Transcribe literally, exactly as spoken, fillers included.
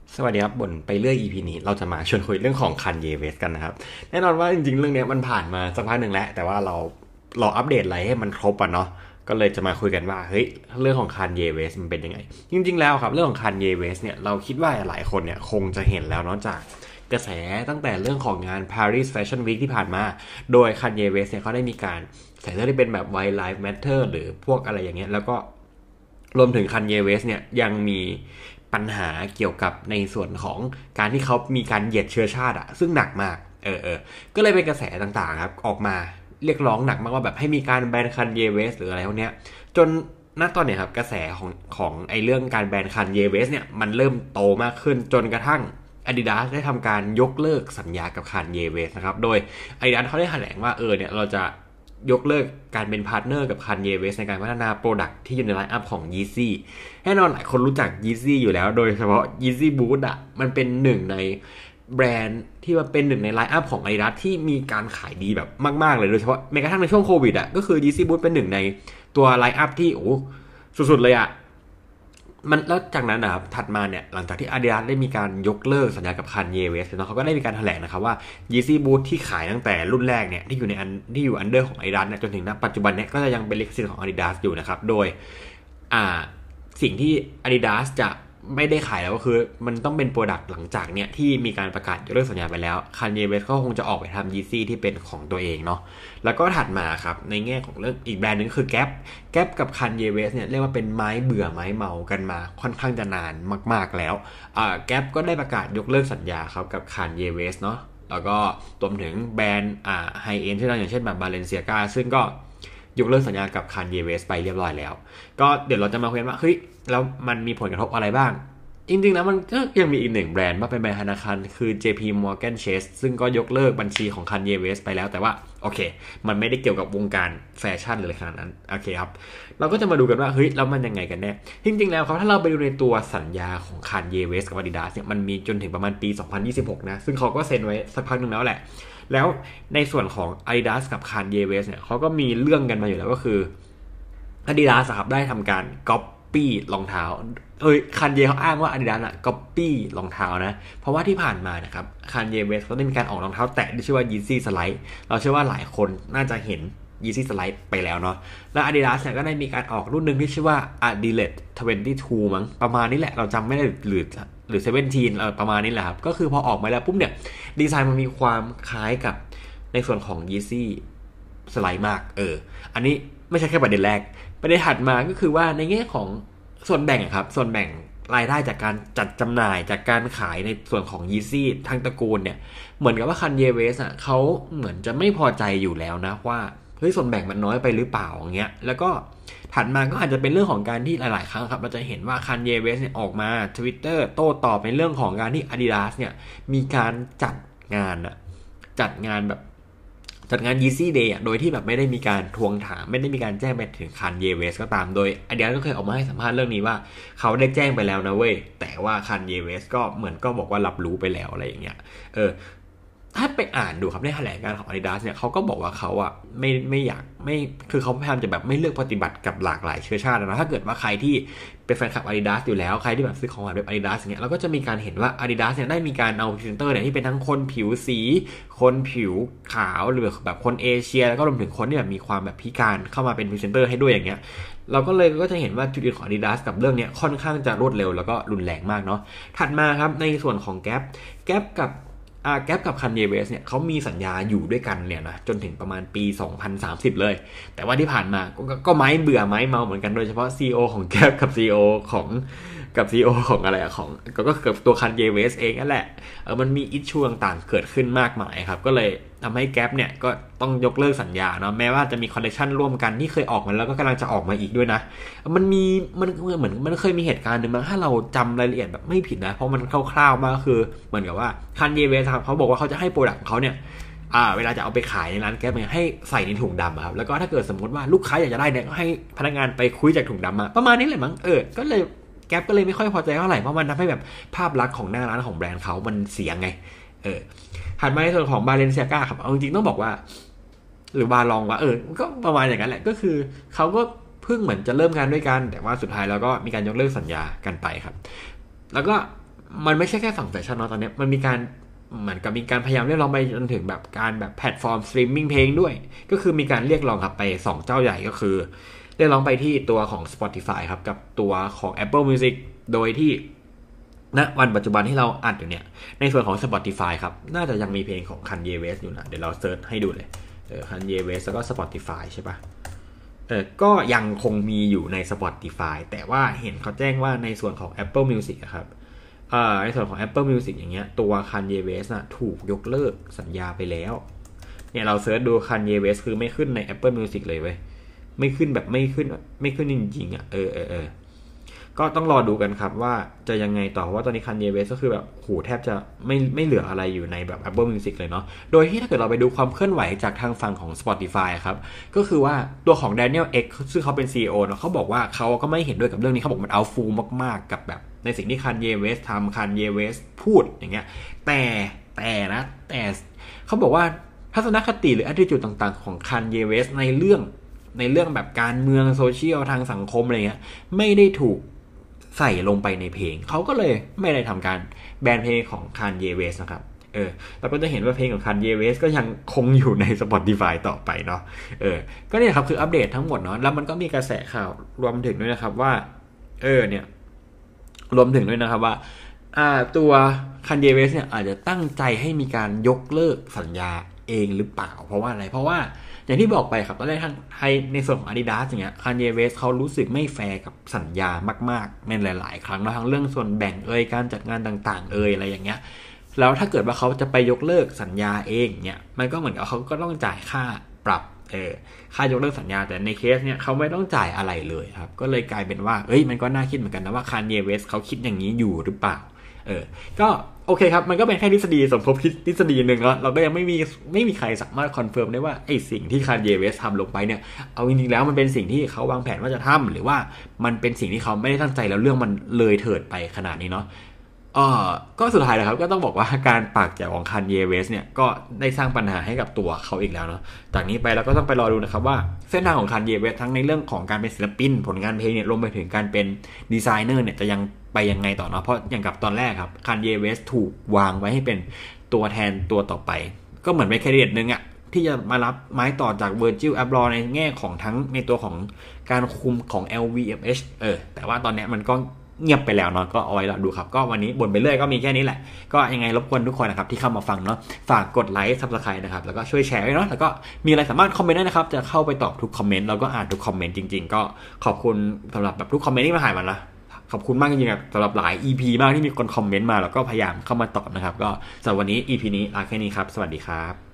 สวัสดีครับบ่นไปเรื่อย อี พี นี้เราจะมาชวนคุยเรื่องของคันเยเวสกันนะครับแน่นอนว่าจริงๆเรื่องนี้มันผ่านมาสักพักหนึ่งแล้วแต่ว่าเราเราอัปเดตอะไรให้มันครบอ่ะเนาะก็เลยจะมาคุยกันว่าเฮ้ยเรื่องของคันเยเวสมันเป็นยังไงจริงๆแล้วครับเรื่องของคันเยเวสเนี่ยเราคิดว่าหลายคนเนี่ยคงจะเห็นแล้วเนาะจากกระแสตั้งแต่เรื่องของงาน Paris Fashion Week ที่ผ่านมาโดยคันเยเวสเนี่ยเขาได้มีการใส่เสื้อที่เป็นแบบ White Lives Matter หรือพวกอะไรอย่างเงี้ยแล้วก็รวมถึงคันเยเวสเนี่ยยังมีปัญหาเกี่ยวกับในส่วนของการที่เขามีการเหยียดเชื้อชาติอะซึ่งหนักมากเออเออก็เลยเป็นกระแสต่างๆครับออกมาเรียกร้องหนักมากว่าแบบให้มีการแบนคันเยเวสหรืออะไรพวกเนี้ยจนณตอนเนี้ยครับกระแสของของไอเรื่องการแบนคันเยเวสเนี่ยมันเริ่มโตมากขึ้นจนกระทั่ง Adidas ได้ทำการยกเลิกสัญญากับคันเยเวสนะครับโดย Adidas เขาได้แถลงว่าเออเนี่ยเราจะยกเลิกการเป็นพาร์ทเนอร์กับคันเยเวสในการพัฒนาโปรดักที่อยู่ในไลน์อัพของ Yeezy แน่นอนหลายคนรู้จัก Yeezy อยู่แล้วโดยเฉพาะ Yeezy Boost อ่ะมันเป็นหนึ่งในแบรนด์ที่มันเป็นหนึ่งในไลน์อัพของ Adidas ที่มีการขายดีแบบมากๆเลยโดยเฉพาะแม้กระทั่งในช่วงโควิดอ่ะก็คือ Yeezy Boost เป็นหนึ่งในตัวไลน์อัพที่โอ้สุดๆเลยอ่ะมันแล้วจากนั้นนะครับถัดมาเนี่ยหลังจากที่ Adidas ได้มีการยกเลิกสัญญากับคันเยเวสแล้วเขาก็ได้มีการแถลงนะครับว่า Yeezy Boost ที่ขายตั้งแต่รุ่นแรกเนี่ยที่อยู่ในอันที่อยู่อันเดอร์ของ Adidas เนี่ยจนถึงณปัจจุบันเนี่ยก็จะยังเป็นลิขสิทธิ์ของ Adidas อยู่นะครับโดยอ่าสิ่งที่ Adidas จะไม่ได้ขายแล้วก็คือมันต้องเป็นโปรดักต์หลังจากเนี่ยที่มีการประกาศยกเลิกสัญญาไปแล้วคันเยเวสก็คงจะออกไปทำ Yeezy ที่เป็นของตัวเองเนาะแล้วก็ถัดมาครับในแง่ของเรื่องอีกแบรนด์นึงคือ Gap Gap กับคันเยเวสเนี่ยเรียกว่าเป็นไม้เบื่อไม้เมากันมาค่อนข้างจะนานมากๆแล้วอ่า Gap ก็ได้ประกาศยกเลิกสัญญาครับกับคันเยเวสเนาะแล้วก็รวมถึงแบรนด์อ่าไฮเอ็นด์ที่เราอย่างเช่นแบบ Balenciaga ซึ่งก็ยกเลิกสัญญากับคันเยเวสไปเรียบร้อยแล้วก็เดี๋ยวเราจะมาคุยกันว่าเฮ้ยแล้วมันมีผลกระทบอะไรบ้างจริงๆแล้วมันก็ยังมีอีกหนึ่งแบรนด์ว่าเป็นแบรนด์ธนาคารคือ เจ พี Morgan Chase ซึ่งก็ยกเลิกบัญชีของคันเยเวสไปแล้วแต่ว่าโอเคมันไม่ได้เกี่ยวกับวงการแฟชั่นเลยขนาดนั้นโอเคครับเราก็จะมาดูกันว่าเฮ้ยแล้วมันยังไงกันแน่จริงๆแล้วครับถ้าเราไปดูในตัวสัญญาของคันเยเวสกับ Adidas เนี่ยมันมีจนถึงประมาณปีสองพันยี่สิบหกนะซึ่งเขาก็เซ็นไว้สักพักนึงแล้วแหละแล้วในส่วนของ Adidas กับคันเยเวสเนี่ยเขาก็มีเรื่องกันมาอยู่แล้วก็คือ Adidas ครับได้ทำการก๊อปปี้รองเท้าเอ้ยคันเยเขาอ้างว่า Adidas อ่ะก๊อปปี้รองเท้านะเพราะว่าที่ผ่านมานะครับคันเยเวสเขาได้มีการออกรองเท้าแตะที่ชื่อว่า Yeezy Slide เราเชื่อว่าหลายคนน่าจะเห็น Yeezy Slide ไปแล้วเนาะแล้ว Adidas เนี่ยก็ได้มีการออกรุ่นนึงที่ชื่อว่า Adilette ยี่สิบสองมั้งประมาณนี้แหละเราจำไม่ได้หรือหรือสิบเจ็ดเออประมาณนี้แหละครับก็คือพอออกมาแล้วปุ๊บเนี่ยดีไซน์มันมีความคล้ายกับในส่วนของ Yeezy Slide มากเอออันนี้ไม่ใช่แค่ประเด็นแรกประเด็นถัดมาก็คือว่าในแง่ของส่วนแบ่งครับส่วนแบ่งรายได้จากการจัดจำหน่ายจากการขายในส่วนของ Yeezy ทั้งตระกูลเนี่ยเหมือนกับว่าคันเยเวสอ่ะเขาเหมือนจะไม่พอใจอยู่แล้วนะว่าเฮ้ยส่วนแบ่งมันน้อยไปหรือเปล่าอย่างเงี้ยแล้วก็ถัดมาก็อาจจะเป็นเรื่องของการที่หลายๆครั้งครับเราจะเห็นว่าคันเยเวสเนี่ยออกมา Twitter โต้ตอบในเรื่องของการที่ Adidas เนี่ยมีการจัดงานอะจัดงานแบบจัดงาน Yeezy Day อ่ะโดยที่แบบไม่ได้มีการทวงถามไม่ได้มีการแจ้งไปถึงคันเยเวสก็ตามโดยอเดียก็เคยออกมาให้สัมภาษณ์เรื่องนี้ว่าเขาได้แจ้งไปแล้วนะเว้ยแต่ว่าคันเยเวสก็เหมือนก็บอกว่ารับรู้ไปแล้วอะไรอย่างเงี้ยเออถ้าไปอ่านดูครับในแถลงการของ Adidas เนี่ยเขาก็บอกว่าเขาอ่ะไม่ไม่อยากไม่คือเขาพยายามจะแบบไม่เลือกปฏิบัติกับหลากหลายเชื้อชาตินะถ้าเกิดว่าใครที่เป็นแฟนคลับ Adidas อยู่แล้วใครที่แบบซื้อของแบบ Adidas อย่างเงี้ยเราก็จะมีการเห็นว่า Adidas เนี่ยได้มีการเอาพรีเซนเตอร์เนี่ยที่เป็นทั้งคนผิวสีคนผิวขาวหรือแบบคนเอเชียแล้วก็รวมถึงคนที่แบบมีความแบบพิการเข้ามาเป็นพรีเซนเตอร์ให้ด้วยอย่างเงี้ยเราก็เลยก็จะเห็นว่าจุดยืนของ Adidas กับเรื่องนี้ค่อนข้างจะรวดเร็วแล้วก็รุนแรงมากเนาะถัดมาครับในส่วนของ Gap Gap กับอ่า Gap กับ Kanye West เนี่ยเขามีสัญญาอยู่ด้วยกันเนี่ยนะจนถึงประมาณปีสองพันสามสิบเลยแต่ว่าที่ผ่านมาก็ก็ไม้เบื่อไม้เมาเหมือนกันโดยเฉพาะ ซี อี โอ ของ Gap กับ ซี อี โอ ของกับ ซี อี โอ ของอะไรอะของก็ก็เกิดตัว Kanye West เองนั่นแหละเออมันมีอิชชูต่างๆเกิดขึ้นมากมายครับก็เลยทำให้ Gap เนี่ยก็ต้องยกเลิกสัญญาเนาะแม้ว่าจะมีคอลเลคชันร่วมกันที่เคยออกมาแล้วก็กำลังจะออกมาอีกด้วยนะมันมีมันเหมือนมันเคยมีเหตุการณ์หนึ่งมั้งถ้าเราจำรายละเอียดแบบไม่ผิดนะเพราะมันคร่าวๆมากก็คือเหมือนกับว่าคันเยเวสครับเขาบอกว่าเขาจะให้โปรดักต์ของเขาเนี่ยอ่าเวลาจะเอาไปขายในร้านแก๊ปเนี่ยให้ใส่ในถุงดำครับแล้วก็ถ้าเกิดสมมติว่าลูกค้าอยากจะได้เนี่ยก็ให้พนักงานไปคุยจากถุงดำมาประมาณนี้เลยมั้งเออก็เลยแก๊ปก็เลยไม่ค่อยพอใจเท่าไหร่เพราะมันทำให้แบบภาพลักษณ์ของหน้าร้านของแบรนด์เขามันเสียไงเออถัดมาในส่วนของบาเลนเซียก้าครับเอาจริงๆต้องบอกว่าหรือบาลองว่าเออก็ประมาณอย่างนั้นแหละก็คือเขาก็เพิ่งเหมือนจะเริ่มงานด้วยกันแต่ว่าสุดท้ายแล้วก็มีการยกเลิกสัญญากันไปครับแล้วก็มันไม่ใช่แค่ฝั่งแฟชั่นเนาะตอนนี้มันมีการเหมือนกับมีการพยายามเรียกร้องไปจนถึงแบบการแบบแพลตฟอร์มสตรีมมิ่งเพลงด้วยก็คือมีการเรียกร้องครับไปสองเจ้าใหญ่ก็คือเรียกร้องไปที่ตัวของ Spotify ครับกับตัวของ Apple Music โดยที่ณวันปัจจุบันที่เราอัดอยู่เนี่ยในส่วนของ Spotify ครับน่าจะยังมีเพลงของ Kanye West อยู่นะเดี๋ยวเราเซิร์ชให้ดูเลยเออ Kanye West แล้วก็ Spotify ใช่ปะเออก็ยังคงมีอยู่ใน Spotify แต่ว่าเห็นเขาแจ้งว่าในส่วนของ Apple Music อะครับอ่าในส่วนของ Apple Music อย่างเงี้ยตัว Kanye West น่ะถูกยกเลิกสัญญาไปแล้วเนี่ยเราเซิร์ชดู Kanye West คือไม่ขึ้นใน Apple Music เลยเว้ยไม่ขึ้นแบบไม่ขึ้นไม่ขึ้นจริงๆอ่ะเออเออเออก็ต้องรอดูกันครับว่าจะยังไงต่อเพราะว่าตอนนี้ Kanye West ก็คือแบบโหแทบจะไม่ไม่เหลืออะไรอยู่ในแบบ Apple Music เลยเนาะโดยที่ถ้าเกิดเราไปดูความเคลื่อนไหวจากทางฝั่งของ Spotify ครับก็คือว่าตัวของ Daniel Ek ซึ่งเขาเป็น ซี อี โอ เนาะเขาบอกว่าเขาก็ไม่เห็นด้วยกับเรื่องนี้เขาบอกมันเอาฟูมากๆกับแบบในสิ่งที่ Kanye West ทำ Kanye West พูดอย่างเงี้ยแต่แต่นะแต่เขาบอกว่าทัศนคติหรือ attitude ต่างๆของ Kanye West ในเรื่องในเรื่องแบบการเมืองโซเชียลทางสังคมอะไรเงี้ยไม่ได้ถูกใส่ลงไปในเพลงเขาก็เลยไม่ได้ทำการแบนเพลงของ Kanye West นะครับเออเราก็จะเห็นว่าเพลงของ Kanye West ก็ยังคงอยู่ใน Spotify ต่อไปเนาะเออก็เนี่ยครับคืออัปเดตทั้งหมดเนาะแล้วมันก็มีกระแสข่าวรวมถึงด้วยนะครับว่าเออเนี่ยรวมถึงด้วยนะครับว่าอ่าตัว Kanye West เนี่ยอาจจะตั้งใจให้มีการยกเลิกสัญญาเองหรือเปล่าเพราะว่าอะไรเพราะว่าอย่างที่บอกไปครับตอนแรกทางไทยในส่วนของ Adidas อย่างเงี้ย Kanye West เขารู้สึกไม่แฟร์กับสัญญามากๆในหลายๆครั้งแล้วทั้งเรื่องส่วนแบ่งเอ่ยการจัดงานต่างๆเอ่ยอะไรอย่างเงี้ยแล้วถ้าเกิดว่าเขาจะไปยกเลิกสัญญาเองเนี่ยมันก็เหมือนกับเขาก็ต้องจ่ายค่าปรับเออค่ายกเลิกสัญญาแต่ในเคสเนี่ยเขาไม่ต้องจ่ายอะไรเลยครับก็เลยกลายเป็นว่าเอ้ยมันก็น่าคิดเหมือนกันนะว่า Kanye West เขาคิดอย่างนี้อยู่หรือเปล่าเออก็โอเคครับมันก็เป็นแค่ทฤษฎีสมคบคิดทฤษฎีหนึ่งแล้วเราก็ยังไม่มีไม่มีใครสามารถคอนเฟิร์มได้ว่าไอ้สิ่งที่ Kanye West ทำลงไปเนี่ยเอาจริงๆแล้วมันเป็นสิ่งที่เขาวางแผนว่าจะทำหรือว่ามันเป็นสิ่งที่เขาไม่ได้ตั้งใจแล้วเรื่องมันเลยเถิดไปขนาดนี้เนาะอ๋อก็สุดท้ายแล้วครับก็ต้องบอกว่าการปากแจ๋วของ Kanye West เนี่ยก็ได้สร้างปัญหาให้กับตัวเขาอีกแล้วเนาะจากนี้ไปเราก็ต้องไปรอดูนะครับว่าเส้นทางของ Kanye West ทั้งในเรื่องของการเป็นศิลปินผลงานเพลงเนี่ยรวมไปถึงการเป็นดีไซเนอร์เนี่ยจะยังไปยังไงต่อเนาะเพราะอย่างกับตอนแรกครับ Kanye West ถูกวางไว้ให้เป็นตัวแทนตัวต่อไปก็เหมือนเป็นแคริเอร์นึงอะที่จะมารับไม้ต่อจาก Virgil Abloh ในแง่ของทั้งในตัวของการคุมของ แอล วี เอ็ม เอช เออแต่ว่าตอนนี้มันก็เงียบไปแล้วเนาะก็เอาไว้รอดูครับก็วันนี้บ่นไปเรื่อยก็มีแค่นี้แหละก็ยังไงรบกวนทุกคนนะครับที่เข้ามาฟังเนาะฝากกดไลค์ Subscribe นะครับแล้วก็ช่วยแชร์ด้วยเนาะแล้วก็มีอะไรสามารถคอมเมนต์ได้นะครับจะเข้าไปตอบทุกคอมเมนต์แล้วก็อ่านทุกคอมเมนต์จริงๆก็ขอบคุณสำหรับแบบทุกคอมเมนต์ที่มาถ่ายมันละขอบคุณมากจริงๆครับสำหรับหลาย อี พี มากที่มีคนคอมเมนต์มาแล้วก็พยายามเข้ามาตอบนะครับก็สำหรับวันนี้ อี พี นี้ลาแค่นี้ครับสวัสดีครับ